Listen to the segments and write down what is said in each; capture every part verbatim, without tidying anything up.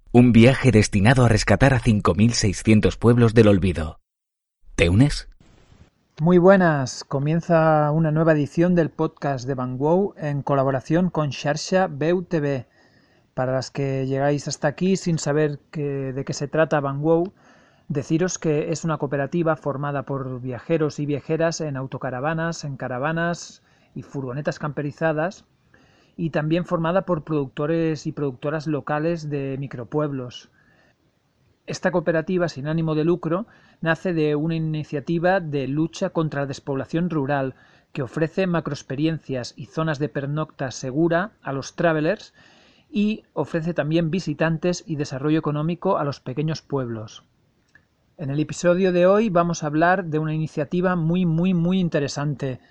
Un viaje destinado a rescatar a cinco mil seiscientos pueblos del olvido. ¿Te unes? Muy buenas, comienza una nueva edición del podcast de Van Gogh en colaboración con Xarxa Veu T V. Para las que llegáis hasta aquí sin saber que, de qué se trata Van Gogh, deciros que es una cooperativa formada por viajeros y viajeras en autocaravanas, en caravanas y furgonetas camperizadas, y también formada por productores y productoras locales de micropueblos. Esta cooperativa sin ánimo de lucro nace de una iniciativa de lucha contra la despoblación rural que ofrece macroexperiencias y zonas de pernocta segura a los travelers y ofrece también visitantes y desarrollo económico a los pequeños pueblos. En el episodio de hoy vamos a hablar de una iniciativa muy muy muy interesante.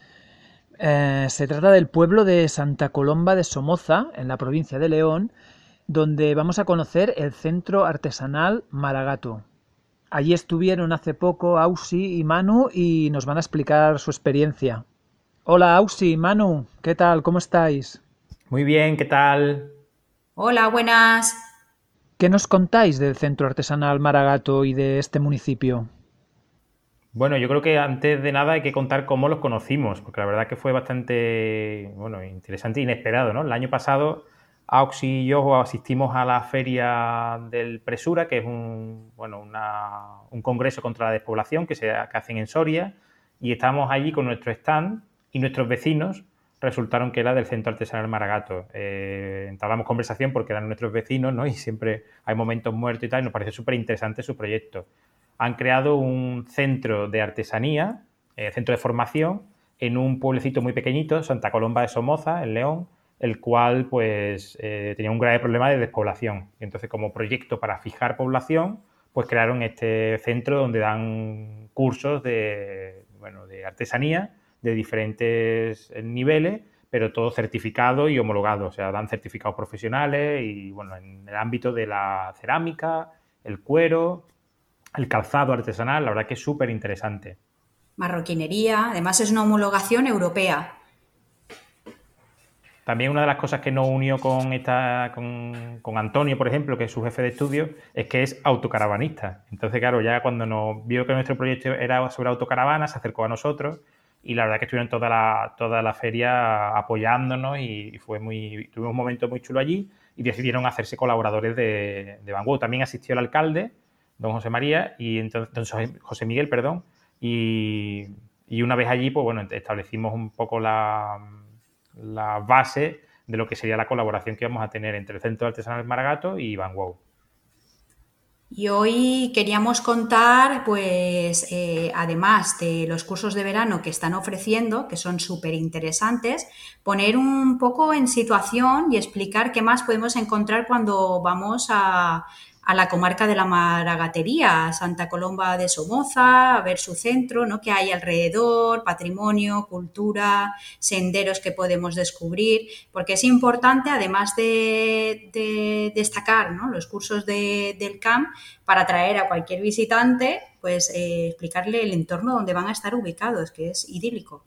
Eh, se trata del pueblo de Santa Colomba de Somoza, en la provincia de León, donde vamos a conocer el centro artesanal Maragato. Allí estuvieron hace poco Ausi y Manu y nos van a explicar su experiencia. Hola Ausi, Manu, ¿qué tal? ¿Cómo estáis? Muy bien, ¿qué tal? Hola, buenas. ¿Qué nos contáis del centro artesanal Maragato y de este municipio? Bueno, yo creo que antes de nada hay que contar cómo los conocimos, porque la verdad que fue bastante, bueno, interesante e inesperado, ¿no? El año pasado, Auxi y yo asistimos a la feria del Presura, que es un, bueno, una, un congreso contra la despoblación que se que hacen en Soria, y estábamos allí con nuestro stand y nuestros vecinos resultaron que era del Centro Artesanal Maragato. Eh, entablamos conversación porque eran nuestros vecinos, ¿no? Y siempre hay momentos muertos y tal, y nos pareció súper interesante su proyecto. Han creado un centro de artesanía, eh, centro de formación, en un pueblecito muy pequeñito, Santa Colomba de Somoza, en León, el cual pues eh, tenía un grave problema de despoblación. Y entonces, como proyecto para fijar población, pues crearon este centro donde dan cursos de, bueno, de artesanía de diferentes niveles, pero todo certificado y homologado. O sea, dan certificados profesionales y, bueno, en el ámbito de la cerámica, el cuero, el calzado artesanal, la verdad que es súper interesante. Marroquinería, además es una homologación europea. También una de las cosas que nos unió con, esta, con, con Antonio, por ejemplo, que es su jefe de estudio, es que es autocaravanista. Entonces, claro, ya cuando nos vio que nuestro proyecto era sobre autocaravanas, se acercó a nosotros y la verdad que estuvieron toda la, toda la feria apoyándonos y, y fue muy, tuvimos un momento muy chulo allí y decidieron hacerse colaboradores de, de Van Gogh. También asistió el alcalde, don José María, y entonces, don José Miguel, perdón, y, y una vez allí, pues bueno, establecimos un poco la, la base de lo que sería la colaboración que íbamos a tener entre el Centro Artesanal Maragato y Van Gogh. Y hoy queríamos contar, pues, eh, además de los cursos de verano que están ofreciendo, que son súper interesantes, poner un poco en situación y explicar qué más podemos encontrar cuando vamos a, a la comarca de la Maragatería, a Santa Colomba de Somoza, a ver su centro, ¿no? Qué hay alrededor, patrimonio, cultura, senderos que podemos descubrir, porque es importante, además de, de destacar, ¿no?, los cursos de, del C A M, para atraer a cualquier visitante, pues eh, explicarle el entorno donde van a estar ubicados, que es idílico.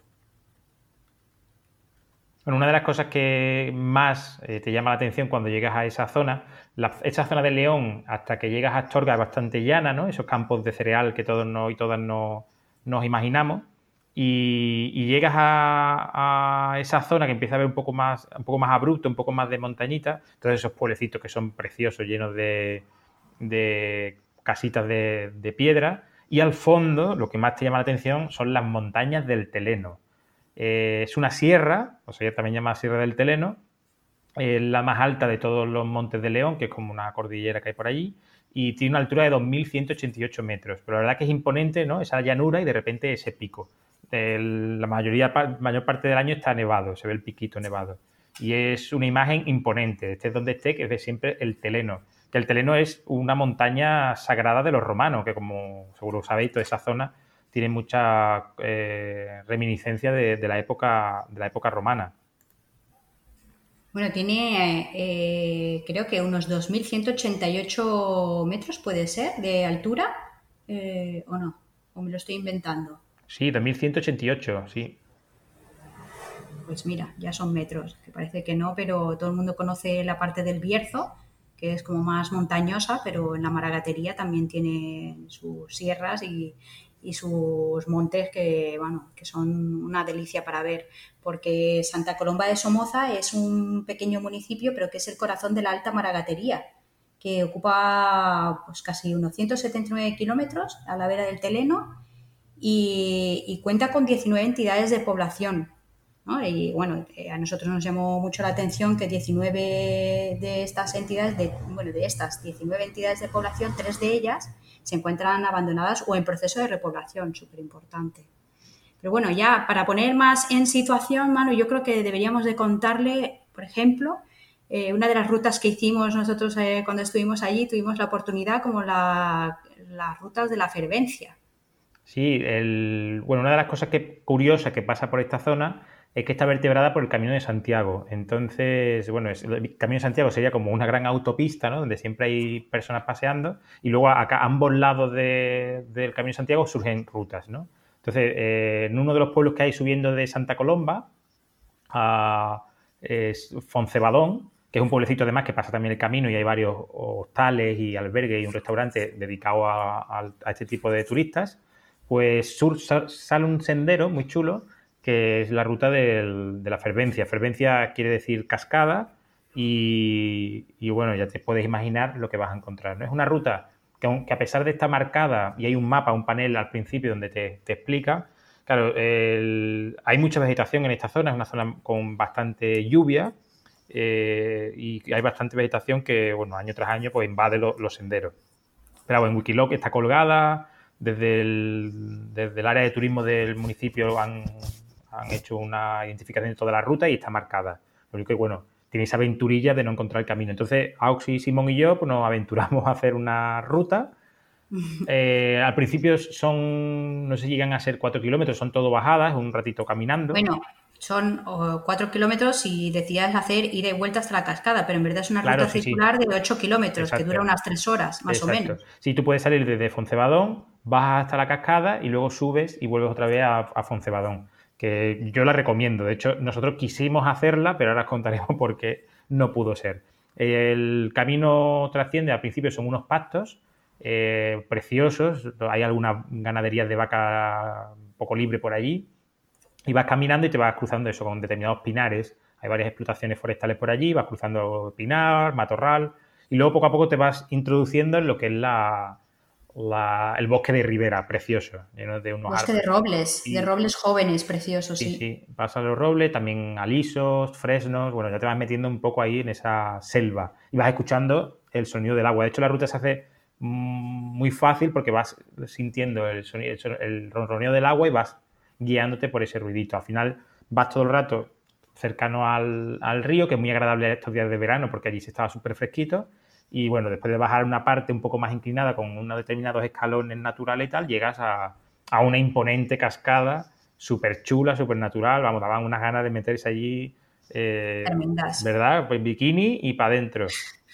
Bueno, una de las cosas que más eh, te llama la atención cuando llegas a esa zona, la, esa zona de León, hasta que llegas a Astorga, es bastante llana, ¿no? Esos campos de cereal que todos no, y todas no, nos imaginamos. Y, y llegas a, a esa zona que empieza a ver un poco más, un poco más abrupto, un poco más de montañita, todos esos pueblecitos que son preciosos, llenos de, de casitas de, de piedra. Y al fondo, lo que más te llama la atención son las montañas del Teleno. Eh, es una sierra, o sea, también llama Sierra del Teleno, eh, la más alta de todos los montes de León, que es como una cordillera que hay por allí, y tiene una altura de dos mil ciento ochenta y ocho metros. Pero la verdad que es imponente, ¿no?, esa llanura y de repente ese pico. El, la mayoría, mayor parte del año está nevado, se ve el piquito nevado. Y es una imagen imponente, estés donde esté, que es de siempre el Teleno. Que el Teleno es una montaña sagrada de los romanos, que como seguro sabéis, toda esa zona tiene mucha eh, reminiscencia de, de, la época, de la época romana. Bueno, tiene eh, creo que unos dos mil ciento ochenta y ocho metros, ¿puede ser?, de altura, eh, ¿o no? ¿O me lo estoy inventando? Sí, dos mil ciento ochenta y ocho, sí. Pues mira, ya son metros, que parece que no, pero todo el mundo conoce la parte del Bierzo, que es como más montañosa, pero en la Maragatería también tiene sus sierras y, y sus montes que, bueno, que son una delicia para ver, porque Santa Colomba de Somoza es un pequeño municipio, pero que es el corazón de la Alta Maragatería, que ocupa pues, casi unos ciento setenta y nueve kilómetros a la vera del Teleno y, y cuenta con diecinueve entidades de población, ¿no? Y bueno, a nosotros nos llamó mucho la atención que diecinueve de estas entidades, de, bueno, de estas diecinueve entidades de población, tres de ellas se encuentran abandonadas o en proceso de repoblación, súper importante. Pero bueno, ya para poner más en situación, Manu, yo creo que deberíamos de contarle, por ejemplo, eh, una de las rutas que hicimos nosotros eh, cuando estuvimos allí, tuvimos la oportunidad como la, las rutas de la fervencia. Sí, el, bueno, una de las cosas que, curiosas que pasa por esta zona es que está vertebrada por el Camino de Santiago. Entonces, bueno, es, el Camino de Santiago sería como una gran autopista, ¿no? Donde siempre hay personas paseando y luego acá a ambos lados de, del Camino de Santiago surgen rutas, ¿no? Entonces, eh, en uno de los pueblos que hay subiendo de Santa Colomba a es Foncebadón, que es un pueblecito además que pasa también el camino y hay varios hostales y albergues y un restaurante dedicado a, a, a este tipo de turistas, pues sur, sale un sendero muy chulo que es la ruta del, de la fervencia. Fervencia quiere decir cascada y, y bueno, ya te puedes imaginar lo que vas a encontrar, ¿no? Es una ruta que, aunque a pesar de estar marcada y hay un mapa, un panel al principio donde te, te explica, claro, el, hay mucha vegetación en esta zona, es una zona con bastante lluvia eh, y hay bastante vegetación que, bueno, año tras año pues invade lo, los senderos. Pero bueno, en Wikiloc está colgada, desde el, desde el área de turismo del municipio han, han hecho una identificación de toda la ruta y está marcada. Lo único que, bueno, tiene esa aventurilla de no encontrar el camino. Entonces, Auxi, Simón y yo pues, nos aventuramos a hacer una ruta. Eh, al principio son, no sé si llegan a ser cuatro kilómetros, son todo bajadas, un ratito caminando. Bueno, son oh, cuatro kilómetros y decías hacer ida y vuelta hasta la cascada, pero en verdad es una Claro, ruta sí, circular sí. de ocho kilómetros, Exacto. que dura unas tres horas, más Exacto. o menos. Sí, tú puedes salir desde Foncebadón, bajas hasta la cascada y luego subes y vuelves otra vez a, a Foncebadón, que yo la recomiendo. De hecho, nosotros quisimos hacerla, pero ahora os contaremos por qué no pudo ser. El camino trasciende, al principio son unos pastos eh, preciosos, hay algunas ganaderías de vaca un poco libre por allí, y vas caminando y te vas cruzando eso con determinados pinares. Hay varias explotaciones forestales por allí, vas cruzando pinar, matorral, y luego poco a poco te vas introduciendo en lo que es la, la, el bosque de ribera, precioso, lleno de unos Bosque árboles. de robles, Y, de robles jóvenes, preciosos, sí. sí. Sí, vas a los robles, también alisos, fresnos, bueno, ya te vas metiendo un poco ahí en esa selva y vas escuchando el sonido del agua. De hecho, la ruta se hace muy fácil porque vas sintiendo el, sonido, el ronroneo del agua y vas guiándote por ese ruidito. Al final vas todo el rato cercano al, al río, que es muy agradable estos días de verano porque allí se estaba súper fresquito. Y bueno, después de bajar una parte un poco más inclinada con unos determinados escalones naturales y tal, llegas a, a una imponente cascada súper chula, súper natural. Vamos, daban unas ganas de meterse allí, eh, tremendas, ¿verdad? Pues en bikini y para adentro.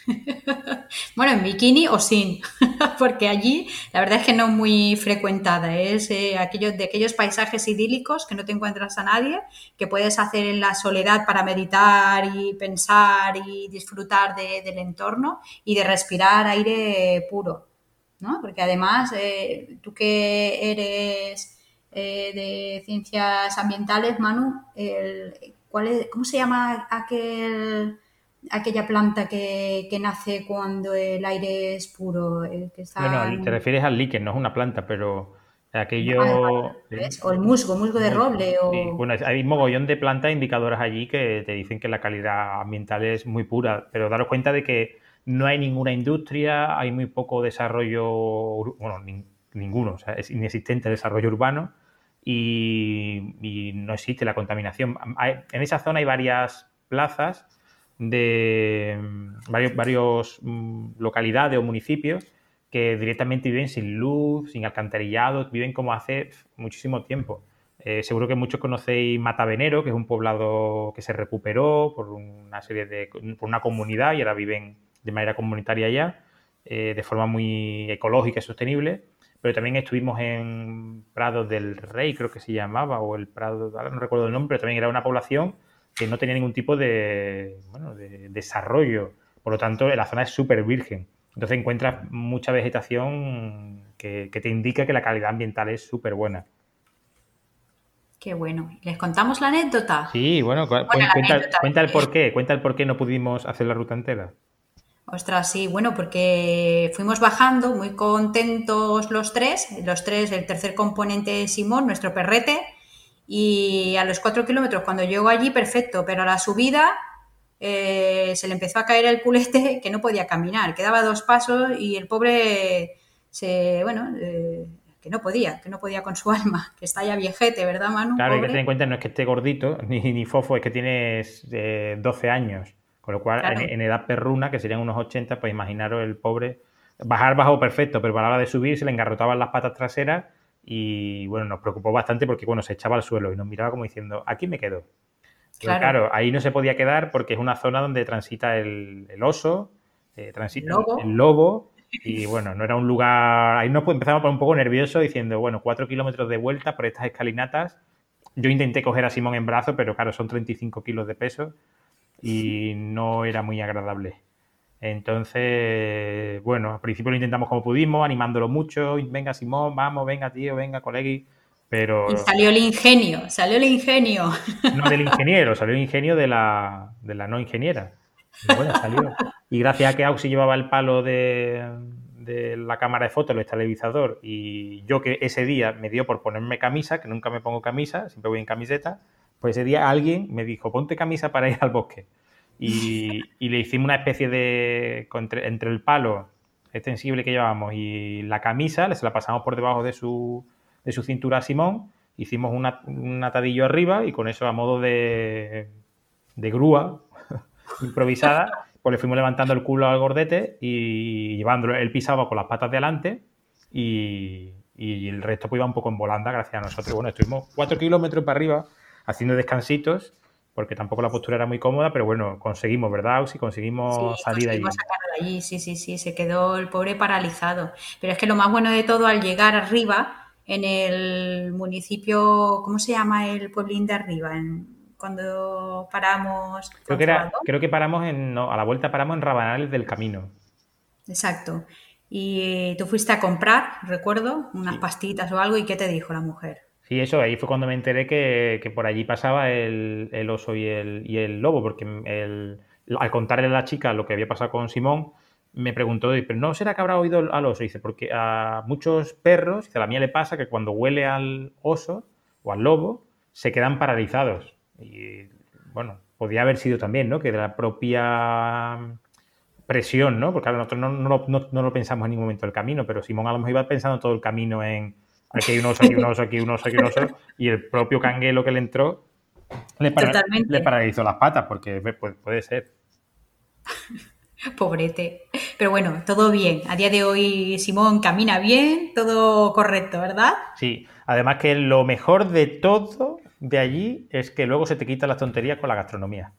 Bueno, en bikini o sin, porque allí la verdad es que no muy frecuentada, es eh, aquello, de aquellos paisajes idílicos que no te encuentras a nadie, que puedes hacer en la soledad para meditar y pensar y disfrutar de, del entorno y de respirar aire puro, ¿no? Porque además eh, tú que eres eh, de ciencias ambientales, Manu, el, ¿cuál es, ¿cómo se llama aquel... aquella planta que, que nace cuando el aire es puro? El que está Bueno, en... te refieres al líquen, no es una planta, pero aquello... Ah, vale, o el musgo, musgo de roble. Sí. O... Bueno, hay un mogollón de plantas indicadoras allí que te dicen que la calidad ambiental es muy pura, pero daros cuenta de que no hay ninguna industria, hay muy poco desarrollo, bueno, ni, ninguno, o sea, es inexistente el desarrollo urbano y, y no existe la contaminación. Hay, en esa zona hay varias plazas de varios, varios um, localidades o municipios que directamente viven sin luz, sin alcantarillado, viven como hace muchísimo tiempo. Eh, seguro que muchos conocéis Matavenero, que es un poblado que se recuperó por una serie de por una comunidad y ahora viven de manera comunitaria allá, eh, de forma muy ecológica y sostenible. Pero también estuvimos en Prados del Rey, creo que se llamaba, o el Prado, ahora no recuerdo el nombre, pero también era una población que no tenía ningún tipo de, bueno, de desarrollo Por lo tanto, la zona es súper virgen. Entonces encuentras mucha vegetación que, que te indica que la calidad ambiental es súper buena. Qué bueno. ¿Les contamos la anécdota? Sí, bueno, cu- Bueno, la cuenta, anécdota. cuenta el por qué, cuenta el por qué no pudimos hacer la ruta entera. Ostras, sí, bueno, porque fuimos bajando muy contentos los tres, los tres, el tercer componente Simón, nuestro perrete, y a los cuatro kilómetros, cuando llegó allí, perfecto, pero a la subida eh, se le empezó a caer el culete que no podía caminar, quedaba dos pasos y el pobre se, bueno, eh, que no podía, que no podía con su alma, que está ya viejete, ¿verdad, Manu? Claro, hay que Pobre. tener en cuenta, no es que esté gordito, ni, ni fofo, es que tienes eh, doce años. Con lo cual, Claro. en, en edad perruna, que serían unos ochenta, pues imaginaros el pobre. Bajar bajó perfecto, pero a la hora de subir se le engarrotaban las patas traseras y, bueno, nos preocupó bastante porque, bueno, se echaba al suelo y nos miraba como diciendo, aquí me quedo. Pero, Claro. claro, ahí no se podía quedar porque es una zona donde transita el, el oso, eh, transita El lobo. el lobo y, bueno, no era un lugar... Ahí nos empezamos a poner un poco nerviosos diciendo, bueno, cuatro kilómetros de vuelta por estas escalinatas. Yo intenté coger a Simón en brazo, pero, claro, son treinta y cinco kilos de peso y no era muy agradable. Entonces, bueno, al principio lo intentamos como pudimos, animándolo mucho, venga Simón, vamos, venga tío, venga colegui, pero... Y salió el ingenio, salió el ingenio. No del ingeniero, salió el ingenio de la, de la no ingeniera. Pero bueno, salió. Y gracias a que Auxi llevaba el palo de, de la cámara de fotos, el estabilizador, y yo que ese día me dio por ponerme camisa, que nunca me pongo camisa, siempre voy en camiseta, pues ese día alguien me dijo, ponte camisa para ir al bosque. Y, y le hicimos una especie de... Entre, entre el palo extensible que llevábamos y la camisa, se la pasamos por debajo de su, de su cintura a Simón, hicimos una, un atadillo arriba y con eso a modo de, de grúa improvisada, pues le fuimos levantando el culo al gordete y llevándolo, él pisaba con las patas de adelante y, y el resto pues iba un poco en volanda gracias a nosotros. Bueno, estuvimos cuatro kilómetros para arriba haciendo descansitos porque tampoco la postura era muy cómoda, pero bueno, conseguimos, ¿verdad, Auxi? Conseguimos Sí, salir de allí. conseguimos sacarlo de allí, sí, sí, sí, se quedó el pobre paralizado. Pero es que lo más bueno de todo, al llegar arriba, en el municipio, ¿cómo se llama el pueblín de arriba? En, cuando paramos... Creo que, era, creo que paramos en, no, a la vuelta paramos en Rabanales del Camino. Exacto. Y tú fuiste a comprar, recuerdo, unas Sí. pastillitas o algo, ¿y qué te dijo la mujer? Sí, eso, ahí fue cuando me enteré que, que por allí pasaba el, el oso y el, y el lobo, porque el, al contarle a la chica lo que había pasado con Simón, me preguntó, pero ¿no será que habrá oído al oso? Y dice, porque a muchos perros, dice, a la mía le pasa que cuando huele al oso o al lobo, se quedan paralizados. Y bueno, podía haber sido también, ¿no? Que de la propia presión, ¿no? Porque claro, nosotros no, no, no, no lo pensamos en ningún momento del camino, pero Simón a lo mejor iba pensando todo el camino en aquí hay un oso, aquí un oso, aquí un oso, aquí un oso, y el propio canguelo que le entró le, para, le paralizó las patas, porque puede, puede ser. Pobrete. Pero bueno, todo bien. A día de hoy Simón camina bien, todo correcto, ¿verdad? Sí, además que lo mejor de todo de allí es que luego se te quitan las tonterías con la gastronomía.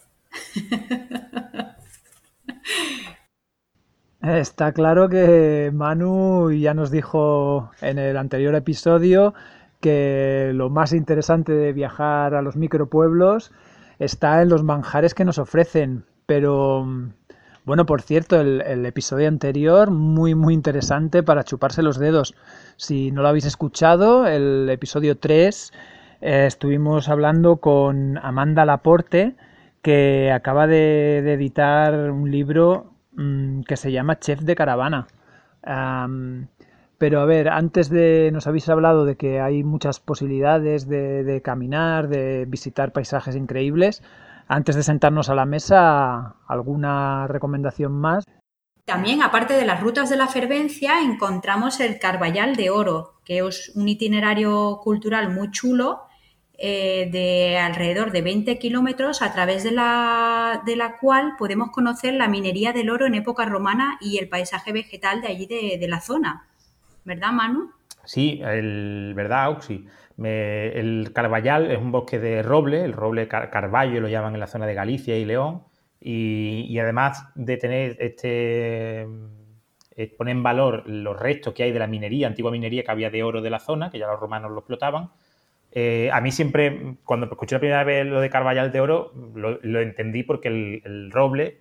Está claro que Manu ya nos dijo en el anterior episodio que lo más interesante de viajar a los micropueblos está en los manjares que nos ofrecen. Pero, bueno, por cierto, el, el episodio anterior, muy, muy interesante para chuparse los dedos. Si no lo habéis escuchado, el episodio tres, eh, estuvimos hablando con Amanda Laporte, que acaba de, de editar un libro que se llama Chef de Caravana. Um, pero a ver, antes de... Nos habéis hablado de que hay muchas posibilidades de, de caminar, de visitar paisajes increíbles. Antes de sentarnos a la mesa, ¿alguna recomendación más? También, aparte de las rutas de la Fervencia, encontramos el Carballal de Oro, que es un itinerario cultural muy chulo, Eh, de alrededor de veinte kilómetros, a través de la, de la cual podemos conocer la minería del oro en época romana y el paisaje vegetal de allí de, de la zona. ¿Verdad, Manu? Sí, el, ¿verdad, Auxi? Me, el Carballal es un bosque de roble, el roble car carballo lo llaman en la zona de Galicia y León, y, y además de tener este... pone en valor los restos que hay de la minería, antigua minería que había de oro de la zona, que ya los romanos lo explotaban. Eh, a mí siempre, cuando escuché la primera vez lo de Carballal de Oro, lo, lo entendí porque el, el roble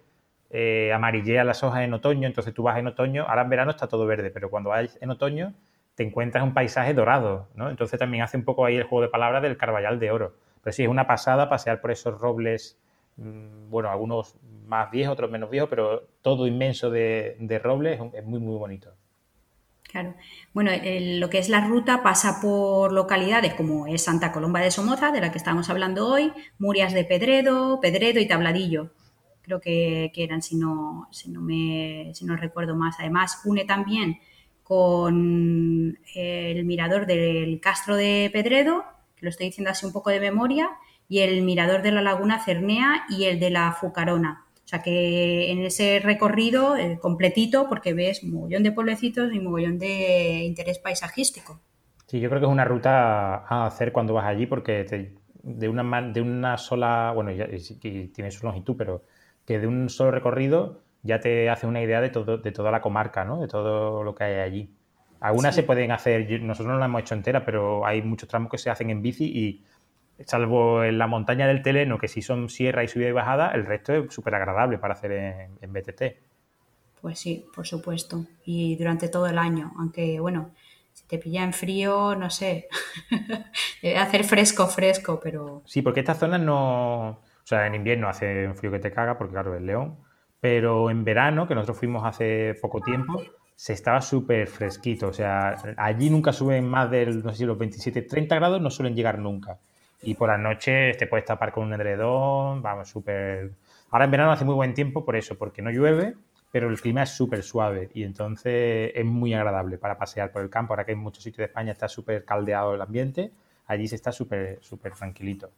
eh, amarillea las hojas en otoño, entonces tú vas en otoño, ahora en verano está todo verde, pero cuando vas en otoño te encuentras un paisaje dorado, ¿no? Entonces también hace un poco ahí el juego de palabras del Carballal de Oro. Pero sí, es una pasada pasear por esos robles, mmm, bueno, algunos más viejos, otros menos viejos, pero todo inmenso de, de robles, es muy, muy bonito. Claro. Bueno, el, lo que es la ruta pasa por localidades como es Santa Colomba de Somoza, de la que estábamos hablando hoy, Murias de Pedredo, Pedredo y Tabladillo. Creo que, que eran, si no, si, no me, si no recuerdo más. Además, une también con el mirador del Castro de Pedredo, que lo estoy diciendo así un poco de memoria, y el mirador de la Laguna Cernea y el de la Fucarona. O sea que en ese recorrido eh, completito, porque ves un mogollón de pueblecitos y un mogollón de interés paisajístico. Sí, yo creo que es una ruta a hacer cuando vas allí, porque te, de, una, de una sola, bueno, ya, y, y tiene su longitud, pero que de un solo recorrido ya te hace una idea de todo, de toda la comarca, ¿no? De todo lo que hay allí. Algunas sí se pueden hacer, nosotros no la hemos hecho entera, pero hay muchos tramos que se hacen en bici y salvo en la montaña del Teleno, que sí son sierra y subida y bajada, el resto es súper agradable para hacer en, en B T T. Pues sí, por supuesto. Y durante todo el año, aunque, bueno, si te pilla en frío, no sé, debe hacer fresco, fresco, pero... Sí, porque estas zonas no... O sea, en invierno hace un frío que te caga, porque claro, es León, pero en verano, que nosotros fuimos hace poco tiempo, se estaba súper fresquito. O sea, allí nunca suben más del, no sé si los veintisiete, treinta grados no suelen llegar nunca. Y por la noche te puedes tapar con un edredón, vamos, súper... Ahora en verano hace muy buen tiempo por eso, porque no llueve, pero el clima es súper suave y entonces es muy agradable para pasear por el campo. Ahora que en muchos sitios de España está súper caldeado el ambiente, allí se está súper, súper tranquilito.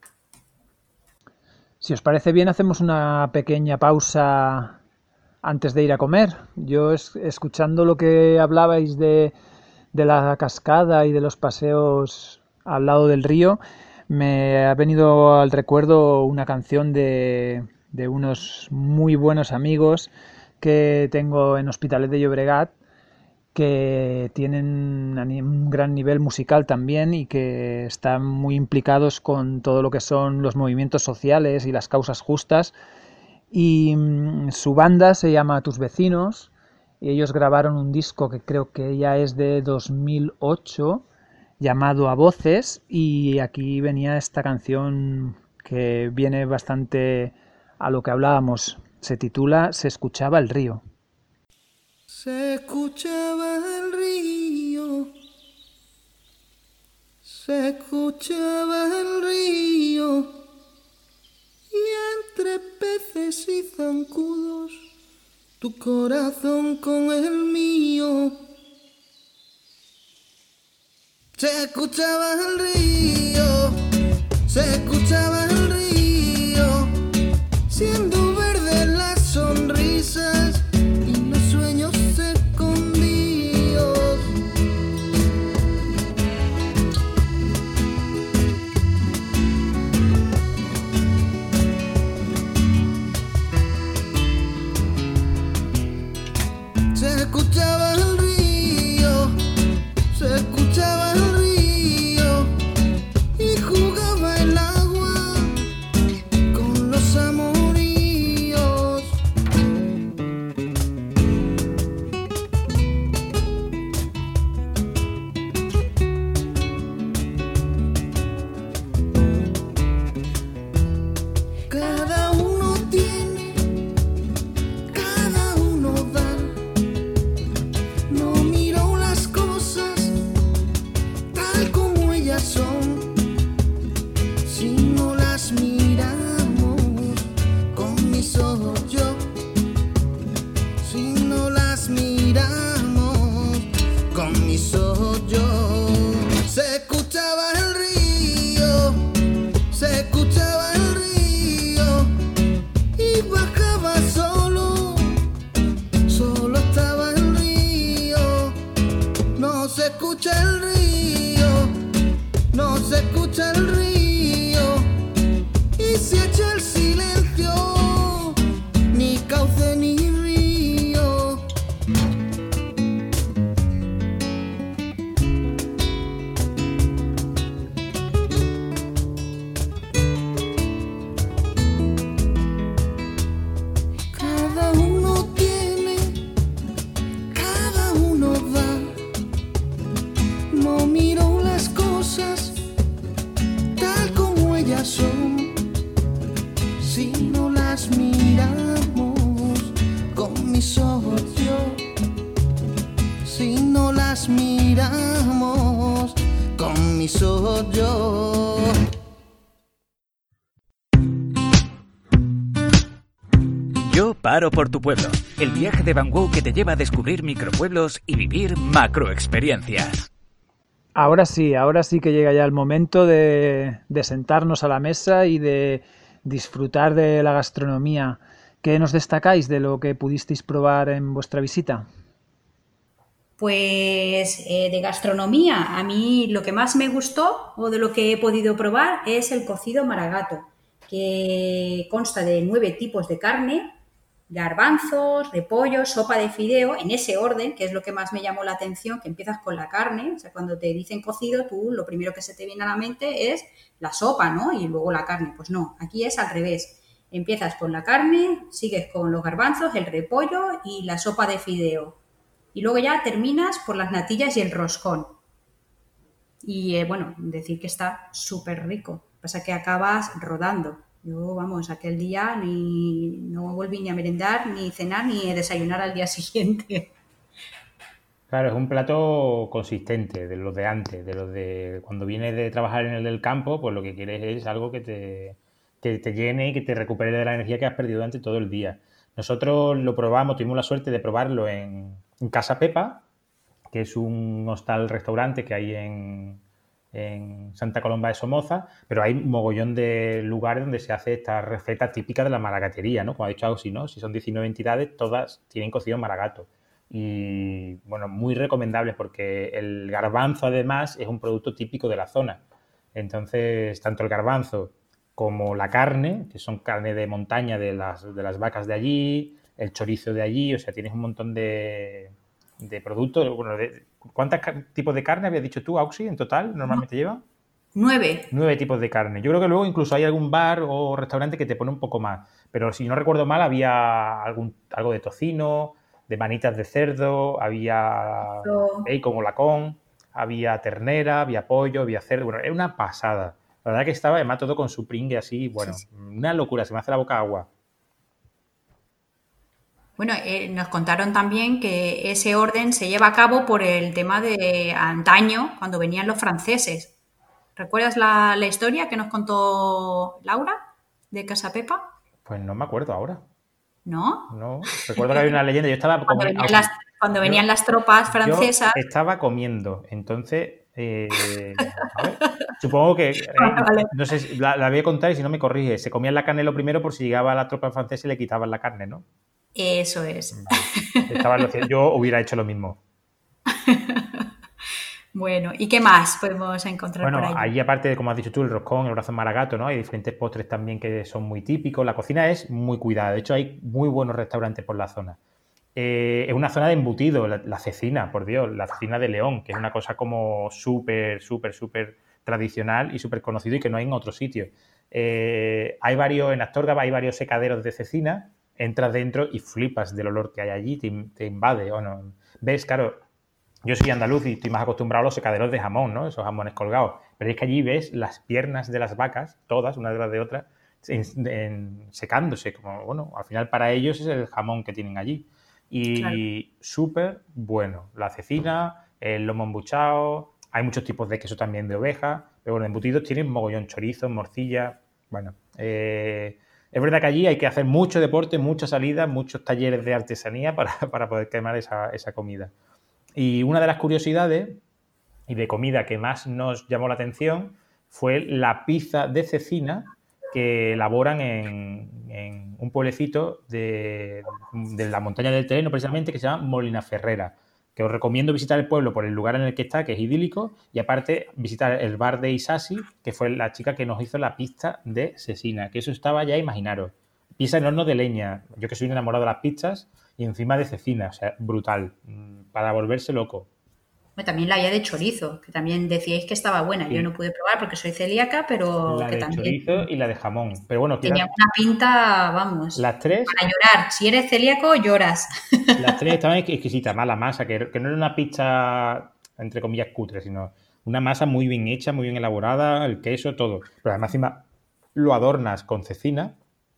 Si os parece bien, hacemos una pequeña pausa antes de ir a comer. Yo, es, escuchando lo que hablabais de, de la cascada y de los paseos al lado del río, me ha venido al recuerdo una canción de, de unos muy buenos amigos que tengo en Hospitalet de Llobregat, que tienen un gran nivel musical también y que están muy implicados con todo lo que son los movimientos sociales y las causas justas. Y mmm, su banda se llama Tus Vecinos y ellos grabaron un disco que creo que ya es de dos mil ocho, llamado A Voces, y aquí venía esta canción que viene bastante a lo que hablábamos. Se titula Se escuchaba el río. Se escuchaba el río, se escuchaba el río, y entre peces y zancudos, tu corazón con el mío. Se escuchaba el río, se escuchaba el río, siendo verdes las sonrisas y los sueños escondidos. Se escuchaba el río, se escuchaba el río, y jugaba el agua si no las miramos con mis ojos yo, si no las miramos con mis ojos yo. Yo paro por tu pueblo. El viaje de Van Gogh que te lleva a descubrir micropueblos y vivir macroexperiencias. Ahora sí, ahora sí que llega ya el momento de, de sentarnos a la mesa y de disfrutar de la gastronomía. ¿Qué nos destacáis de lo que pudisteis probar en vuestra visita? Pues eh, de gastronomía, a mí lo que más me gustó o de lo que he podido probar es el cocido maragato, que consta de nueve tipos de carne, garbanzos, repollo, sopa de fideo, en ese orden, que es lo que más me llamó la atención, que empiezas con la carne, o sea, cuando te dicen cocido, tú lo primero que se te viene a la mente es la sopa, ¿no? Y luego la carne. Pues no, aquí es al revés. Empiezas con la carne, sigues con los garbanzos, el repollo y la sopa de fideo. Y luego ya terminas por las natillas y el roscón. Y eh, bueno, decir que está súper rico. Pasa que acabas rodando. Yo, vamos, aquel día ni no volví ni a merendar, ni cenar, ni a desayunar al día siguiente. Claro, es un plato consistente, de los de antes, de los de cuando vienes de trabajar en el del campo, pues lo que quieres es algo que te, que te llene y que te recupere de la energía que has perdido durante todo el día. Nosotros lo probamos, tuvimos la suerte de probarlo en, en Casa Pepa, que es un hostal-restaurante que hay en, en Santa Colomba de Somoza, pero hay un mogollón de lugares donde se hace esta receta típica de la maragatería, ¿no? Como ha dicho Ausi, ¿no? Si son diecinueve entidades, todas tienen cocido maragato. Y, bueno, muy recomendable porque el garbanzo, además, es un producto típico de la zona. Entonces, tanto el garbanzo como la carne, que son carne de montaña de las, de las vacas de allí, el chorizo de allí, o sea, tienes un montón de, de productos. Bueno, de, ¿cuántos tipos de carne habías dicho tú, Auxi, en total normalmente lleva? Nueve. Nueve tipos de carne. Yo creo que luego incluso hay algún bar o restaurante que te pone un poco más. Pero si no recuerdo mal, había algún, algo de tocino, de manitas de cerdo, había Oh. bacon o lacón, había ternera, había pollo, había cerdo. Bueno, era una pasada. La verdad que estaba además todo con su pringue así, bueno, sí, sí. Una locura, se me hace la boca agua. Bueno, eh, nos contaron también que ese orden se lleva a cabo por el tema de antaño, cuando venían los franceses. ¿Recuerdas la, la historia que nos contó Laura de Casa Pepa? Pues no me acuerdo ahora. ¿No? No, recuerdo que había una leyenda. Yo estaba cuando venían, las, cuando venían yo, las tropas francesas. Yo estaba comiendo, entonces, eh, a ver, supongo que, eh, vale. no sé, la, la voy a contar y si no me corrige. Se comían la carne lo primero por si llegaba la tropa francesa y le quitaban la carne, ¿no? Eso es. Vale. Estaba lo, yo hubiera hecho lo mismo. Bueno, ¿y qué más podemos encontrar bueno, por ahí? Bueno, ahí aparte de, como has dicho tú, el roscón, el brazo maragato, ¿no? Hay diferentes postres también que son muy típicos. La cocina es muy cuidada. De hecho, hay muy buenos restaurantes por la zona. Eh, es una zona de embutido, la, la cecina, por Dios, la cecina de León, que es una cosa como súper, súper, súper tradicional y súper conocido y que no hay en otro sitio. Eh, hay varios, en Astorga hay varios secaderos de cecina, entras dentro y flipas del olor que hay allí, te, te invade. ¿O no? Ves, claro, yo soy andaluz y estoy más acostumbrado a los secaderos de jamón, ¿no? Esos jamones colgados. Pero es que allí ves las piernas de las vacas, todas, una detrás de otra, en, en, secándose. Como, bueno, al final para ellos es el jamón que tienen allí. Y claro, súper bueno. La cecina, el lomo embuchado, hay muchos tipos de queso también de oveja, pero bueno, embutidos tienen mogollón, chorizo, morcilla. Bueno, eh, es verdad que allí hay que hacer mucho deporte, muchas salidas, muchos talleres de artesanía para, para poder quemar esa, esa comida. Y una de las curiosidades y de comida que más nos llamó la atención fue la pizza de cecina que elaboran en, en un pueblecito de, de la montaña del Terreno, precisamente, que se llama Molinaferrera, que os recomiendo visitar el pueblo por el lugar en el que está, que es idílico, y aparte visitar el bar de Isasi, que fue la chica que nos hizo la pizza de cecina, que eso estaba ya, imaginaros, pizza en horno de leña, yo que soy un enamorado de las pizzas, y encima de cecina, o sea, brutal, para volverse loco. También la había de chorizo, que también decíais que estaba buena. Sí. Yo no pude probar porque soy celíaca, pero la que de también chorizo y la de jamón. Pero bueno, tenía una pinta, vamos, las tres, para llorar. Si eres celíaco, lloras. Las tres estaban exquisitas, más la masa, que, que no era una pizza, entre comillas, cutre, sino una masa muy bien hecha, muy bien elaborada, el queso, todo. Pero además encima lo adornas con cecina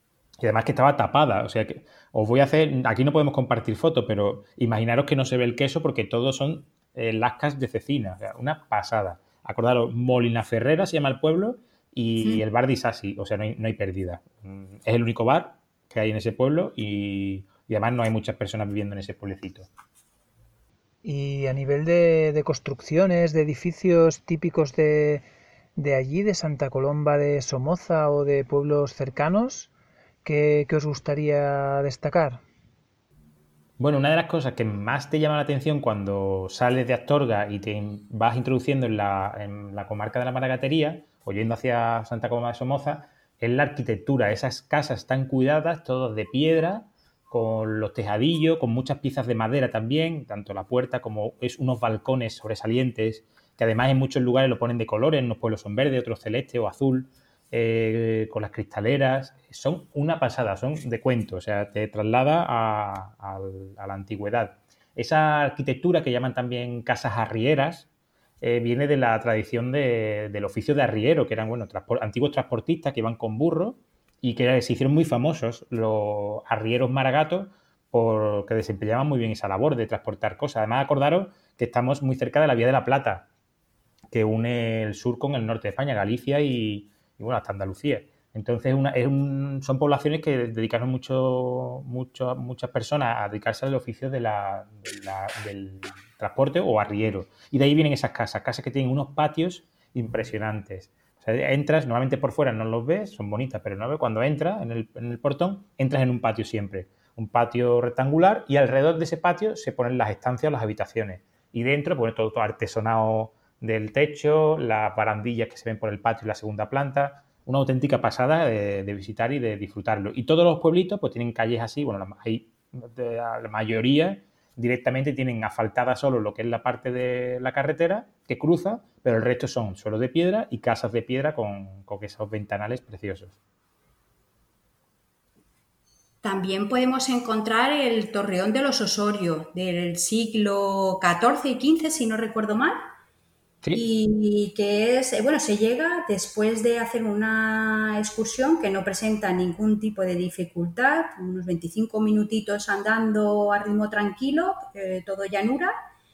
Y además que estaba tapada, o sea que os voy a hacer, aquí no podemos compartir fotos, pero imaginaros que no se ve el queso porque todos son eh, lascas de cecina, o sea, una pasada. Acordaros, Molina Ferrera se llama el pueblo y Mm. el bar de Isasi, o sea, no hay, no hay pérdida. Es el único bar que hay en ese pueblo y, y además no hay muchas personas viviendo en ese pueblecito. Y a nivel de, de construcciones, de edificios típicos de, de allí, de Santa Colomba de Somoza o de pueblos cercanos, ¿qué, qué os gustaría destacar? Bueno, una de las cosas que más te llama la atención cuando sales de Astorga y te vas introduciendo en la, en la comarca de la Maragatería, o yendo hacia Santa Coloma de Somoza, es la arquitectura. Esas casas están cuidadas, todas de piedra, con los tejadillos, con muchas piezas de madera también, tanto la puerta como es unos balcones sobresalientes, que además en muchos lugares lo ponen de colores, en unos pueblos son verde, otros celeste o azul. Eh, con las cristaleras, son una pasada, son de cuento, o sea, te traslada a, a, a la antigüedad. Esa arquitectura que llaman también casas arrieras eh, viene de la tradición de, del oficio de arriero, que eran bueno, transport, antiguos transportistas que iban con burros y que se hicieron muy famosos los arrieros maragatos porque desempeñaban muy bien esa labor de transportar cosas. Además, acordaros que estamos muy cerca de la Vía de la Plata, que une el sur con el norte de España, Galicia y, y bueno, hasta Andalucía. Entonces, una, es un, son poblaciones que dedicaron mucho, mucho, muchas personas a dedicarse al oficio de la, de la, del transporte o arriero. Y de ahí vienen esas casas, casas que tienen unos patios impresionantes. O sea, entras, normalmente por fuera no los ves, son bonitas, pero no ves, cuando entras en el, en el portón, entras en un patio siempre. Un patio rectangular y alrededor de ese patio se ponen las estancias o las habitaciones. Y dentro, pues todo, todo artesonado del techo, las barandillas que se ven por el patio y la segunda planta, una auténtica pasada de, de visitar y de disfrutarlo. Y todos los pueblitos pues tienen calles así, bueno, la, hay, la mayoría directamente tienen asfaltada solo lo que es la parte de la carretera que cruza, pero el resto son suelos de piedra y casas de piedra con, con esos ventanales preciosos. También podemos encontrar el Torreón de los Osorio del siglo catorce y quince, si no recuerdo mal. ¿Sí? Y que es, bueno, se llega después de hacer una excursión que no presenta ningún tipo de dificultad, unos veinticinco minutitos andando a ritmo tranquilo, eh, todo llanura,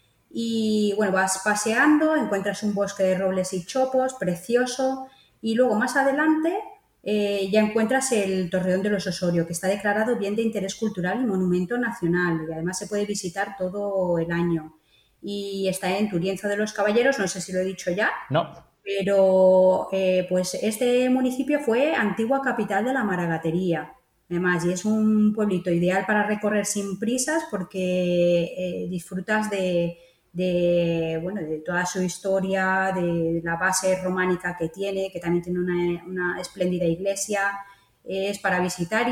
y bueno, vas paseando, encuentras un bosque de robles y chopos precioso, y luego más adelante eh, ya encuentras el Torreón de los Osorio, que está declarado Bien de Interés Cultural y Monumento Nacional, y además se puede visitar todo el año. Y está en Turienzo de los Caballeros, no sé si lo he dicho ya, No. pero eh, pues este municipio fue antigua capital de la Maragatería, además, y es un pueblito ideal para recorrer sin prisas porque eh, disfrutas de, de, bueno, de toda su historia, de la base románica que tiene, que también tiene una, una espléndida iglesia. Es para visitar y,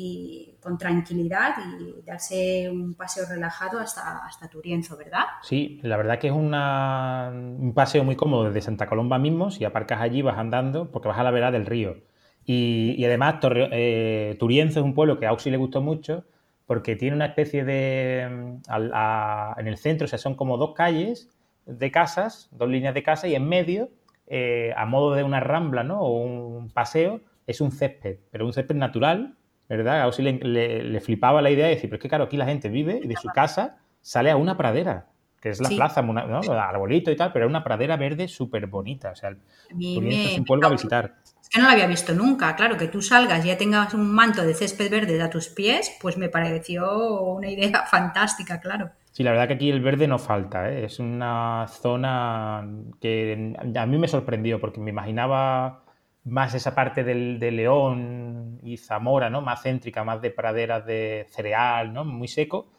y con tranquilidad y darse un paseo relajado hasta, hasta Turienzo, ¿verdad? Sí, la verdad que es una, un paseo muy cómodo desde Santa Colomba mismo. Si aparcas allí vas andando porque vas a la vera del río. Y, y además Torre, eh, Turienzo es un pueblo que a Auxi le gustó mucho porque tiene una especie de... A, a, en el centro, o sea, son como dos calles de casas, dos líneas de casa y en medio, eh, a modo de una rambla, ¿no? O un paseo, es un césped, pero un césped natural, ¿verdad? A Auxi le, le, le flipaba la idea de decir, pero es que claro, aquí la gente vive y de su casa sale a una pradera, que es la Sí. plaza, ¿no? Arbolito y tal, pero es una pradera verde súper bonita. O sea, Turienzo es un pueblo a visitar. Es que no lo había visto nunca. Claro, que tú salgas y ya tengas un manto de césped verde a tus pies, pues me pareció una idea fantástica, claro. Sí, la verdad que aquí el verde no falta, ¿eh? Es una zona que a mí me sorprendió porque me imaginaba más esa parte del, de León y Zamora, ¿no? Más céntrica, más de praderas de cereal, ¿no? Muy seco.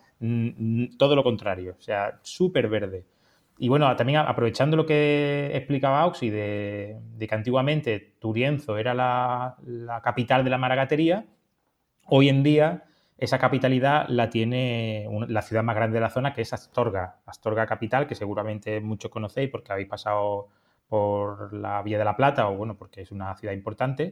Todo lo contrario, o sea, súper verde. Y bueno, también aprovechando lo que explicaba Auxi de, de que antiguamente Turienzo era la, la capital de la maragatería, hoy en día esa capitalidad la tiene una, la ciudad más grande de la zona, que es Astorga, Astorga capital, que seguramente muchos conocéis porque habéis pasado por la Vía de la Plata o bueno, porque es una ciudad importante.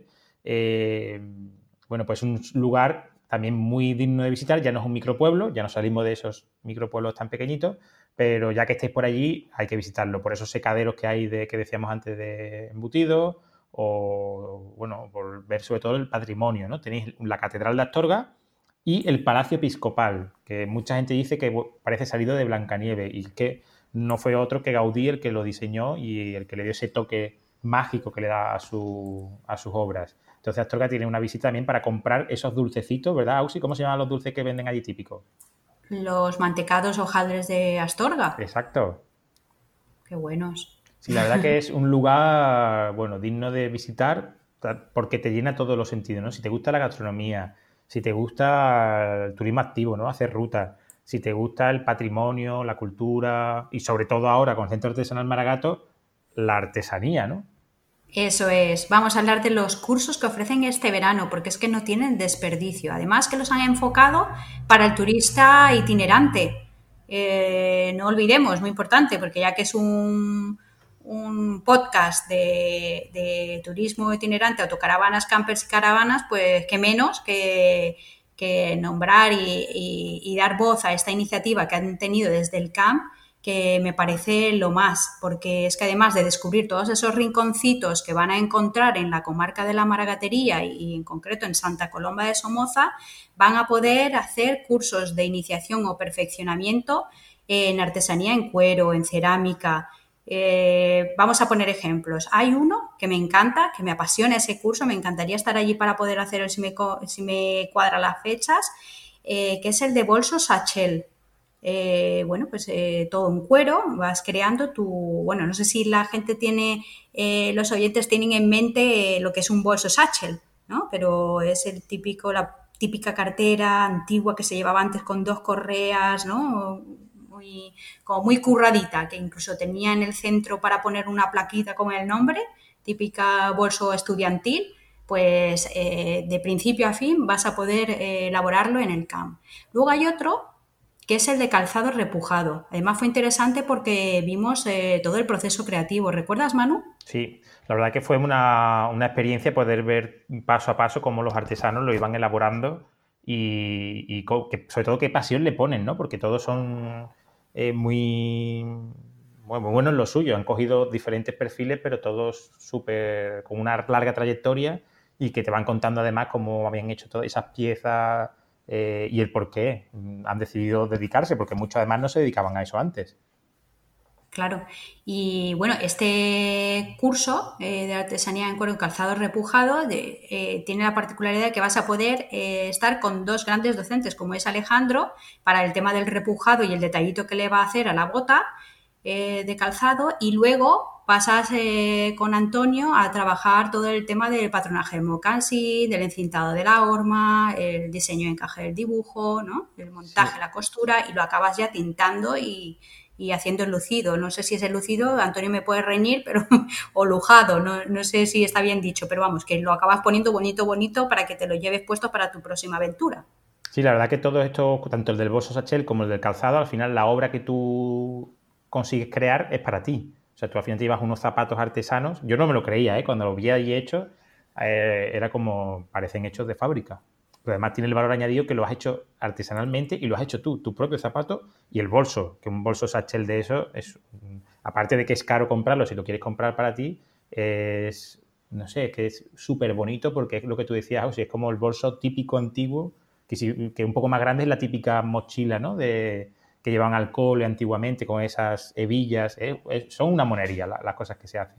Eh, bueno, pues un lugar también muy digno de visitar, ya no es un micropueblo, ya no salimos de esos micropueblos tan pequeñitos, pero ya que estáis por allí hay que visitarlo, por esos secaderos que hay de, que decíamos antes de embutidos o, bueno, por ver sobre todo el patrimonio, ¿no? Tenéis la Catedral de Astorga y el Palacio Episcopal, que mucha gente dice que parece salido de Blancanieves y que no fue otro que Gaudí el que lo diseñó y el que le dio ese toque mágico que le da a, su, a sus obras. Entonces Astorga tiene una visita también para comprar esos dulcecitos, ¿verdad, Auxi? ¿Cómo se llaman los dulces que venden allí típicos? Los mantecados hojaldres de Astorga. Exacto. Qué buenos. Sí, la verdad que es un lugar, bueno, digno de visitar porque te llena todos los sentidos, ¿no? Si te gusta la gastronomía, si te gusta el turismo activo, ¿no? Hacer rutas, si te gusta el patrimonio, la cultura y sobre todo ahora con el Centro Artesanal Maragato, la artesanía, ¿no? Eso es. Vamos a hablar de los cursos que ofrecen este verano, porque es que no tienen desperdicio. Además que los han enfocado para el turista itinerante. Eh, no olvidemos, muy importante, porque ya que es un, un podcast de, de turismo itinerante, autocaravanas, campers y caravanas, pues qué menos que, que nombrar y, y, y dar voz a esta iniciativa que han tenido desde el C A M, que me parece lo más, porque es que además de descubrir todos esos rinconcitos que van a encontrar en la comarca de la Maragatería y, y en concreto en Santa Colomba de Somoza, van a poder hacer cursos de iniciación o perfeccionamiento en artesanía en cuero, en cerámica. Eh, vamos a poner ejemplos. Hay uno que me encanta, que me apasiona ese curso, me encantaría estar allí para poder hacerlo si me, si me cuadran las fechas, eh, que es el de bolsos Sachel. Eh, bueno, pues eh, todo en cuero, vas creando tu... Bueno, no sé si la gente tiene, eh, los oyentes tienen en mente eh, lo que es un bolso satchel, ¿no? Pero es el típico, la típica cartera antigua que se llevaba antes con dos correas, ¿no? Muy, como muy curradita, que incluso tenía en el centro para poner una plaquita con el nombre, típica bolso estudiantil. Pues eh, de principio a fin vas a poder eh, elaborarlo en el C A M. Luego hay otro que es el de calzado repujado. Además fue interesante porque vimos eh, todo el proceso creativo. ¿Recuerdas, Manu? Sí, la verdad que fue una, una experiencia poder ver paso a paso cómo los artesanos lo iban elaborando y, y que, sobre todo qué pasión le ponen, ¿no? Porque todos son eh, muy, bueno, muy buenos en lo suyo. Han cogido diferentes perfiles, pero todos súper con una larga trayectoria y que te van contando además cómo habían hecho todas esas piezas... Eh, y el por qué han decidido dedicarse, porque muchos además no se dedicaban a eso antes. Claro, y bueno, este curso eh, de artesanía en cuero y calzado repujado de, eh, tiene la particularidad de que vas a poder eh, estar con dos grandes docentes, como es Alejandro, para el tema del repujado y el detallito que le va a hacer a la bota eh, de calzado, y luego pasas eh, con Antonio a trabajar todo el tema del patronaje del mocasín, del encintado de la horma, el diseño y encaje del dibujo, ¿no? El montaje, sí. La costura, y lo acabas ya tintando y, y haciendo el lucido. No sé si es el lucido, Antonio me puede reñir, pero o lujado, no, no sé si está bien dicho, pero vamos, que lo acabas poniendo bonito, bonito para que te lo lleves puesto para tu próxima aventura. Sí, la verdad que todo esto, tanto el del bolso Sachel como el del calzado, al final la obra que tú consigues crear es para ti. O sea, tú al final te llevas unos zapatos artesanos. Yo no me lo creía, ¿eh? Cuando los vi allí hechos, eh, era como, parecen hechos de fábrica. Pero además tiene el valor añadido que lo has hecho artesanalmente y lo has hecho tú, tu propio zapato y el bolso, que un bolso Satchel de eso es, aparte de que es caro comprarlo, si lo quieres comprar para ti, es, no sé, que es súper bonito porque es lo que tú decías, o sea, es como el bolso típico antiguo, que, si, que un poco más grande es la típica mochila, ¿no? De... que llevaban al cole antiguamente con esas hebillas, eh, eh, son una monería la, las cosas que se hacen.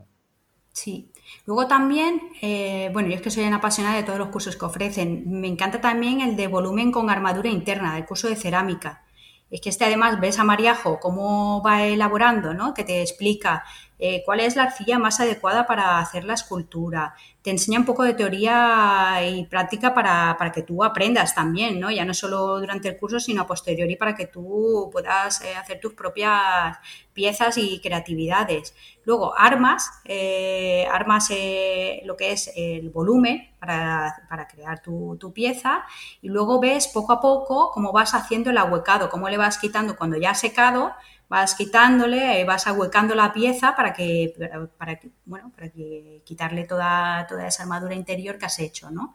Sí. Luego también, eh, bueno, yo es que soy una apasionada de todos los cursos que ofrecen. Me encanta también el de volumen con armadura interna, el curso de cerámica. Es que este además ves a Mariajo cómo va elaborando, ¿no? Que te explica eh, cuál es la arcilla más adecuada para hacer la escultura. Te enseña un poco de teoría y práctica para, para que tú aprendas también, ¿no? Ya no solo durante el curso, sino a posteriori para que tú puedas eh, hacer tus propias piezas y creatividades. Luego, armas, eh, armas eh, lo que es el volumen para, para crear tu, tu pieza, y luego ves poco a poco cómo vas haciendo el ahuecado, cómo le vas quitando cuando ya ha secado, vas quitándole, vas ahuecando la pieza para que, para que, bueno, para que quitarle toda, toda esa armadura interior que has hecho, ¿no?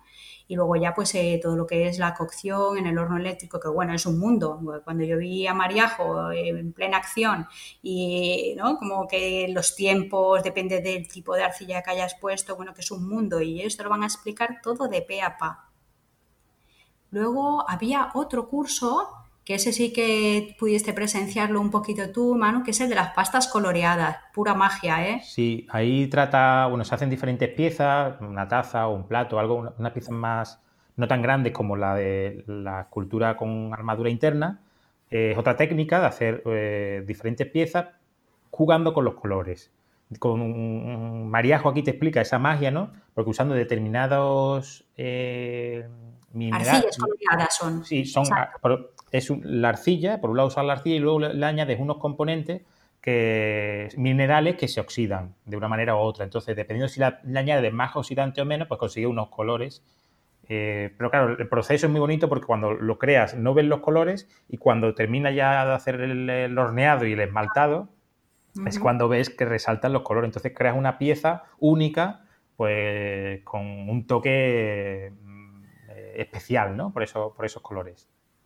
Y luego ya pues eh, todo lo que es la cocción en el horno eléctrico, que bueno, es un mundo. Cuando yo vi a Mariajo en plena acción y ¿no? Como que los tiempos, depende del tipo de arcilla que hayas puesto, bueno, que es un mundo y ellos te lo van a explicar todo de pe a pa. Luego había otro curso, que ese sí que pudiste presenciarlo un poquito tú, Manu, que es el de las pastas coloreadas, pura magia, ¿eh? Sí, ahí trata, bueno, se hacen diferentes piezas, una taza o un plato, algo, una, una pieza más, no tan grandes como la de la escultura con armadura interna. Eh, es otra técnica de hacer eh, diferentes piezas jugando con los colores. Con un Mariajo aquí te explica esa magia, ¿no? Porque usando determinados eh, minerales. Arcillas coloreadas son. Sí, son. Exacto. Es un, la arcilla, por un lado usar la arcilla y luego le, le añades unos componentes que, minerales que se oxidan de una manera u otra. Entonces, dependiendo si la, le añades más oxidante o menos, pues consigues unos colores. Eh, pero claro, el proceso es muy bonito porque cuando lo creas no ves los colores y cuando termina ya de hacer el, el horneado y el esmaltado, uh-huh. es cuando ves que resaltan los colores. Entonces creas una pieza única, pues con un toque eh, especial, ¿no? Por eso, por esos colores.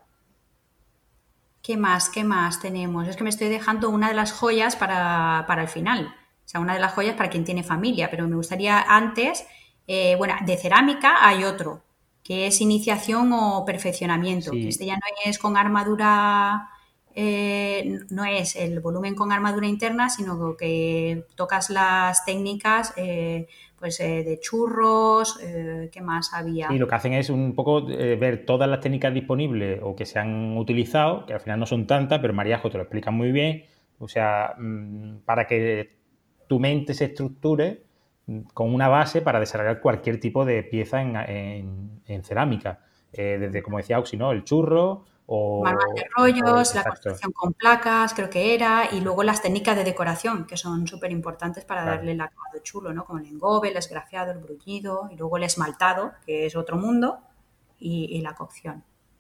¿Qué más? ¿Qué más tenemos? Es que me estoy dejando una de las joyas para, para el final. O sea, una de las joyas para quien tiene familia, pero me gustaría antes, eh, bueno, de cerámica hay otro, que es iniciación o perfeccionamiento. Sí. Que este ya no es con armadura, eh, no es el volumen con armadura interna, sino que tocas las técnicas eh, pues eh, de churros, eh, ¿qué más había? Sí, lo que hacen es un poco eh, ver todas las técnicas disponibles o que se han utilizado, que al final no son tantas, pero Mariajo te lo explica muy bien, o sea, mmm, para que tu mente se estructure con una base para desarrollar cualquier tipo de pieza en, en, en cerámica, eh, desde, como decía Auxi, ¿no? El churro o... Manual de rollos, o, la construcción con placas, creo que era, y luego las técnicas de decoración, que son súper importantes para claro. darle el acabado chulo, ¿no? Como el engobe, el esgrafiado, el bruñido, y luego el esmaltado, que es otro mundo, y, y la cocción.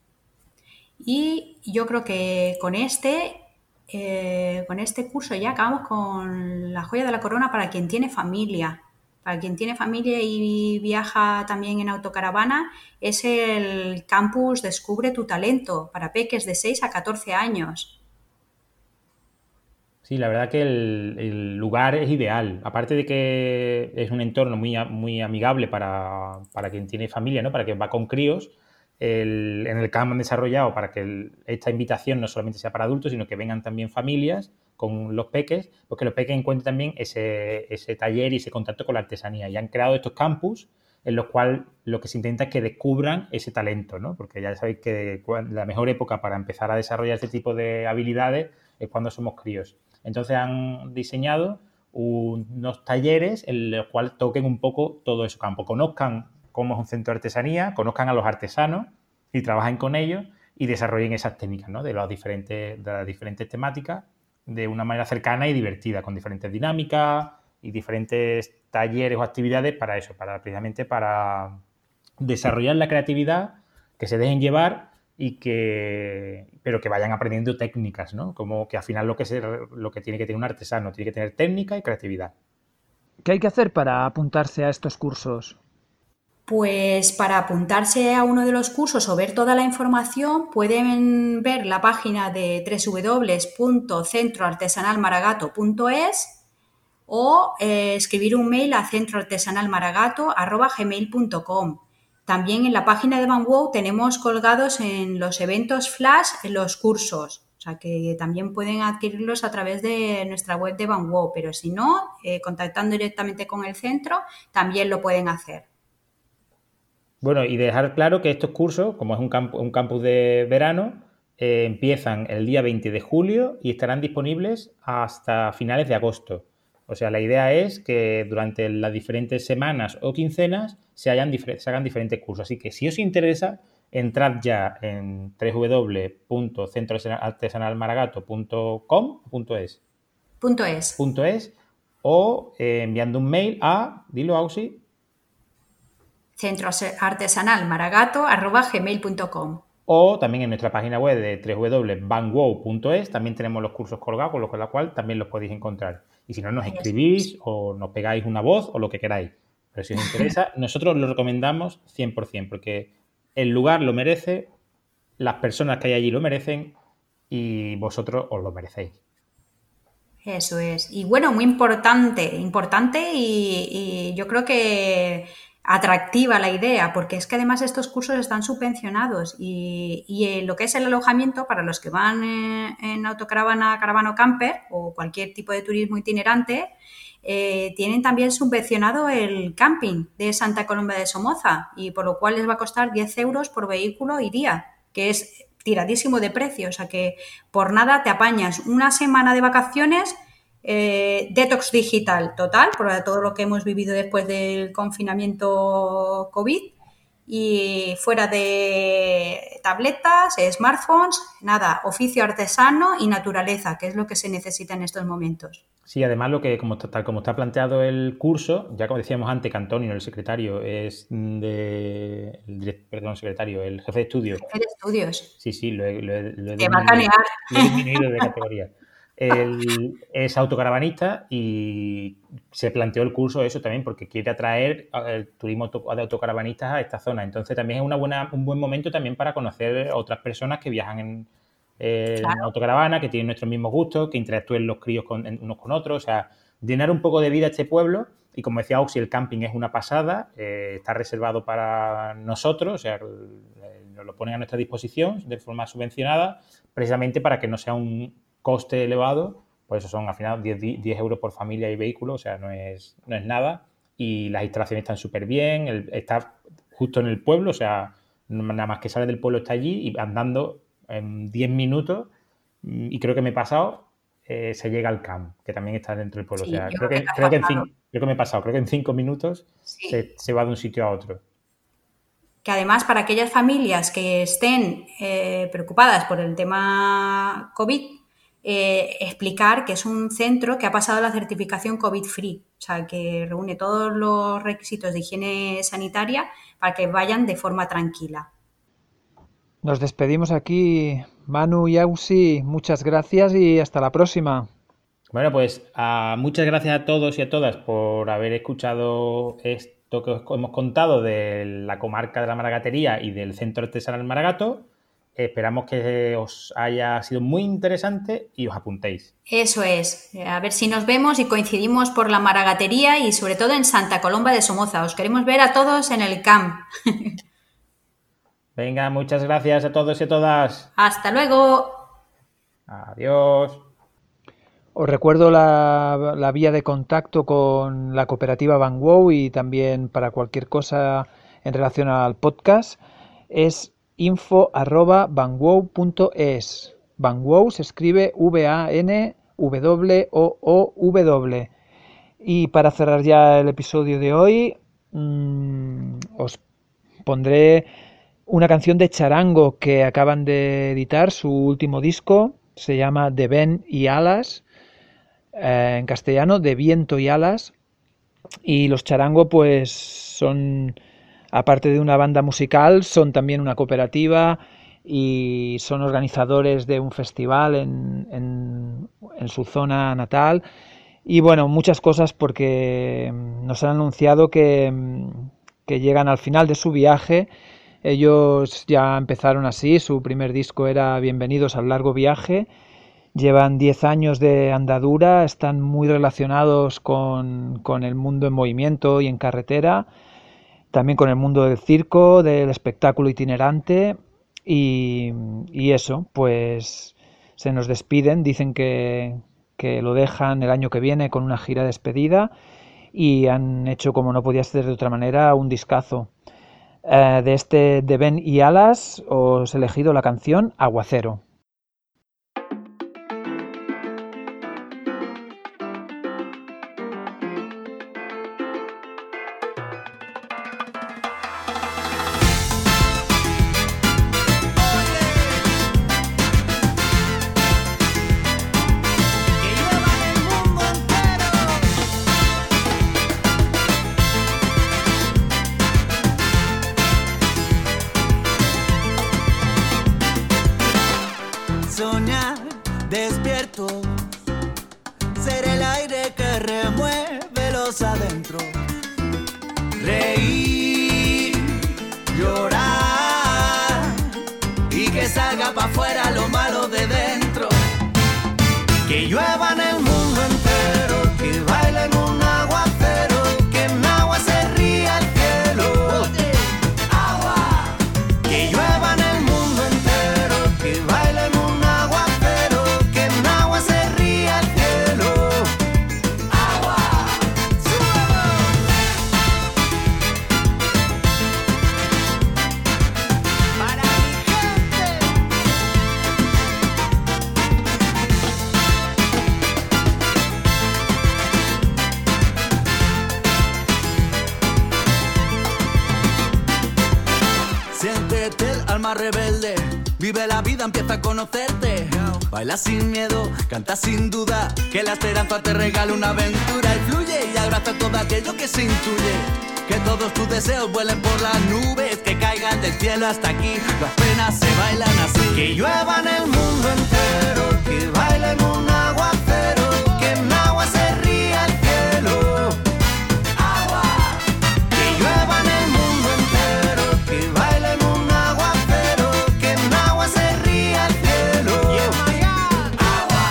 Y yo creo que con este, eh, con este curso ya acabamos con la joya de la corona para quien tiene familia. Para quien tiene familia y viaja también en autocaravana, es el campus Descubre tu talento para peques de seis a catorce años. Sí, la verdad que el, el lugar es ideal. Aparte de que es un entorno muy, muy amigable para, para quien tiene familia, ¿no? Para quien va con críos. El, en el campo han desarrollado para que el, esta invitación no solamente sea para adultos, sino que vengan también familias con los peques, porque los peques encuentren también ese, ese taller y ese contacto con la artesanía. Y han creado estos campus en los cuales lo que se intenta es que descubran ese talento, ¿no? Porque ya sabéis que la mejor época para empezar a desarrollar este tipo de habilidades es cuando somos críos. Entonces han diseñado unos talleres en los cuales toquen un poco todo ese campo, conozcan cómo es un centro de artesanía, conozcan a los artesanos y trabajen con ellos y desarrollen esas técnicas, ¿no? de, los diferentes, de las diferentes temáticas de una manera cercana y divertida, con diferentes dinámicas y diferentes talleres o actividades para eso, para precisamente para desarrollar la creatividad, que se dejen llevar y que pero que vayan aprendiendo técnicas, ¿no? Como que al final lo que, se, lo que tiene que tener un artesano, tiene que tener técnica y creatividad. ¿Qué hay que hacer para apuntarse a estos cursos? Pues para apuntarse a uno de los cursos o ver toda la información pueden ver la página de doble u doble u doble u punto centro artesanal maragato punto es o eh, escribir un mail a centro artesanal maragato arroba gmail punto com. También en la página de VanWow tenemos colgados en los eventos flash en los cursos, o sea que también pueden adquirirlos a través de nuestra web de VanWow, pero si no, eh, contactando directamente con el centro también lo pueden hacer. Bueno, y dejar claro que estos cursos, como es un, camp- un campus de verano, eh, empiezan el día veinte de julio y estarán disponibles hasta finales de agosto. O sea, la idea es que durante las diferentes semanas o quincenas se, hayan difer- se hagan diferentes cursos. Así que si os interesa, entrad ya en doble u doble u doble u punto centro artesanal maragato punto com punto es. Punto es. Punto es o eh, enviando un mail a, dilo Auxi, centro artesanal maragato arroba gmail punto com. O también en nuestra página web de doble u doble u doble u punto vanwow punto es también tenemos los cursos colgados, con lo cual también los podéis encontrar. Y si no, nos escribís o nos pegáis una voz o lo que queráis. Pero si os interesa, nosotros lo recomendamos cien por ciento, porque el lugar lo merece, las personas que hay allí lo merecen y vosotros os lo merecéis. Eso es. Y bueno, muy importante, importante y, y yo creo que atractiva la idea, porque es que además estos cursos están subvencionados y, y lo que es el alojamiento para los que van en, en autocaravana, caravana o camper o cualquier tipo de turismo itinerante, eh, tienen también subvencionado el camping de Santa Coloma de Somoza y por lo cual les va a costar diez euros por vehículo y día, que es tiradísimo de precio, o sea que por nada te apañas una semana de vacaciones, eh, detox digital total, por todo lo que hemos vivido después del confinamiento COVID y fuera de tabletas, smartphones, nada, oficio artesano y naturaleza, que es lo que se necesita en estos momentos. Sí, además lo que como tal como está planteado el curso, ya como decíamos antes que Antonio, el secretario, es de el, perdón, secretario, el jefe de estudios. Jefe de estudios. Sí, sí, lo he, lo he, lo he Te va a canear. Lo he disminuido de categoría. Él es autocaravanista y se planteó el curso eso también porque quiere atraer el turismo de autocaravanistas a esta zona. Entonces también es una buena, un buen momento también para conocer a otras personas que viajan en Eh, claro. en autocaravana, que tienen nuestros mismos gustos, que interactúen los críos con, en, unos con otros, o sea, llenar un poco de vida a este pueblo y como decía Oxy, el camping es una pasada, eh, está reservado para nosotros, o sea, eh, nos lo ponen a nuestra disposición de forma subvencionada, precisamente para que no sea un coste elevado, por eso son al final diez euros por familia y vehículo, o sea, no es, no es nada y las instalaciones están súper bien, el, está justo en el pueblo, o sea, nada más que sale del pueblo está allí y andando en diez minutos, y creo que me he pasado, eh, se llega al camp, que también está dentro del pueblo. Sí, o sea, creo que, que creo, que en cinco, creo que me he pasado, creo que en cinco minutos sí. se, se va de un sitio a otro. Que además para aquellas familias que estén eh, preocupadas por el tema COVID, eh, explicar que es un centro que ha pasado la certificación COVID Free, o sea, que reúne todos los requisitos de higiene sanitaria para que vayan de forma tranquila. Nos despedimos aquí, Manu y Ausi, muchas gracias y hasta la próxima. Bueno, pues uh, muchas gracias a todos y a todas por haber escuchado esto que os hemos contado de la comarca de la Maragatería y del Centro Artesanal Maragato. Esperamos que os haya sido muy interesante y os apuntéis. Eso es, a ver si nos vemos y coincidimos por la Maragatería y sobre todo en Santa Coloma de Somoza. Os queremos ver a todos en el camp. Venga, muchas gracias a todos y a todas. Hasta luego. Adiós. Os recuerdo la, la vía de contacto con la cooperativa Banwoo y también para cualquier cosa en relación al podcast es info arroba banwoo punto es. Banwoo se escribe V A N W O O W. Y para cerrar ya el episodio de hoy, mmm, os pondré una canción de charango que acaban de editar, su último disco, se llama De Vent y Alas, eh, en castellano, De Viento y Alas, y los charango pues son, aparte de una banda musical, son también una cooperativa y son organizadores de un festival en, en, en su zona natal, y bueno, muchas cosas porque nos han anunciado que, que llegan al final de su viaje. Ellos ya empezaron así, su primer disco era Bienvenidos al largo viaje, llevan diez años de andadura, están muy relacionados con, con el mundo en movimiento y en carretera, también con el mundo del circo, del espectáculo itinerante y, y eso, pues se nos despiden, dicen que, que lo dejan el año que viene con una gira de despedida y han hecho, como no podía ser de otra manera, un discazo. Uh, de este De Vent y Alas os he elegido la canción Aguacero. Soñar despierto, ser el aire que remueve los adentros, reír, llorar y que salga pa' afuera lo malo de dentro. Que llueva en el mundo entero, que baile en un aguacero, que en agua se ría el cielo. Agua. Que llueva en el mundo entero, que baile en un aguacero, que en agua se ría el cielo. Agua. Para mi gente. Siéntete el alma rebelde, vive la vida, empieza a conocerte. Baila sin miedo, canta sin duda, que la esperanza te regala una aventura. Y fluye y abraza todo aquello que se intuye. Que todos tus deseos vuelen por las nubes, que caigan del cielo hasta aquí. Las penas se bailan así. Que llueva en el mundo entero, que baile en un aguacero, que en agua se ría el cielo. Agua. Que llueva en el mundo entero, que baile en un aguacero, que en agua se ría el cielo. Agua.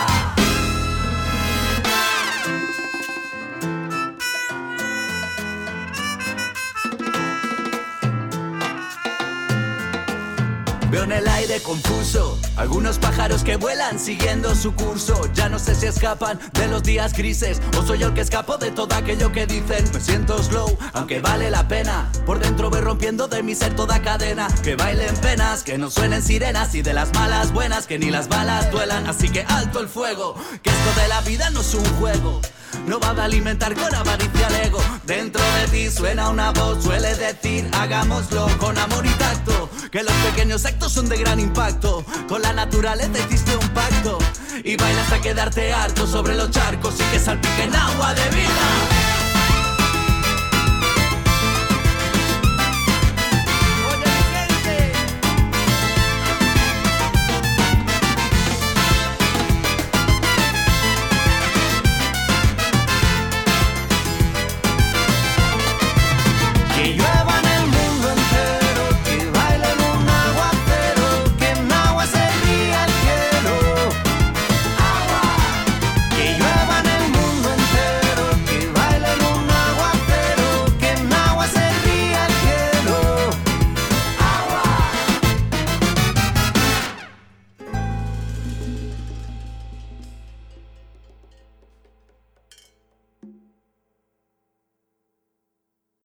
Veo en el aire confuso algunos pájaros que vuelan siguiendo su curso. Ya no sé si escapan de los días grises o soy yo el que escapo de todo aquello que dicen. Me siento slow, aunque vale la pena. Por dentro voy rompiendo de mi ser toda cadena. Que bailen penas, que no suenen sirenas, y de las malas buenas, que ni las balas duelan. Así que alto el fuego, que esto de la vida no es un juego. No va a alimentar con avaricia el ego. Dentro de ti suena una voz, suele decir hagámoslo con amor y tacto. Que los pequeños actos son de gran impacto. Con la naturaleza hiciste un pacto y bailas a quedarte harto sobre los charcos y que salpiquen agua de vida.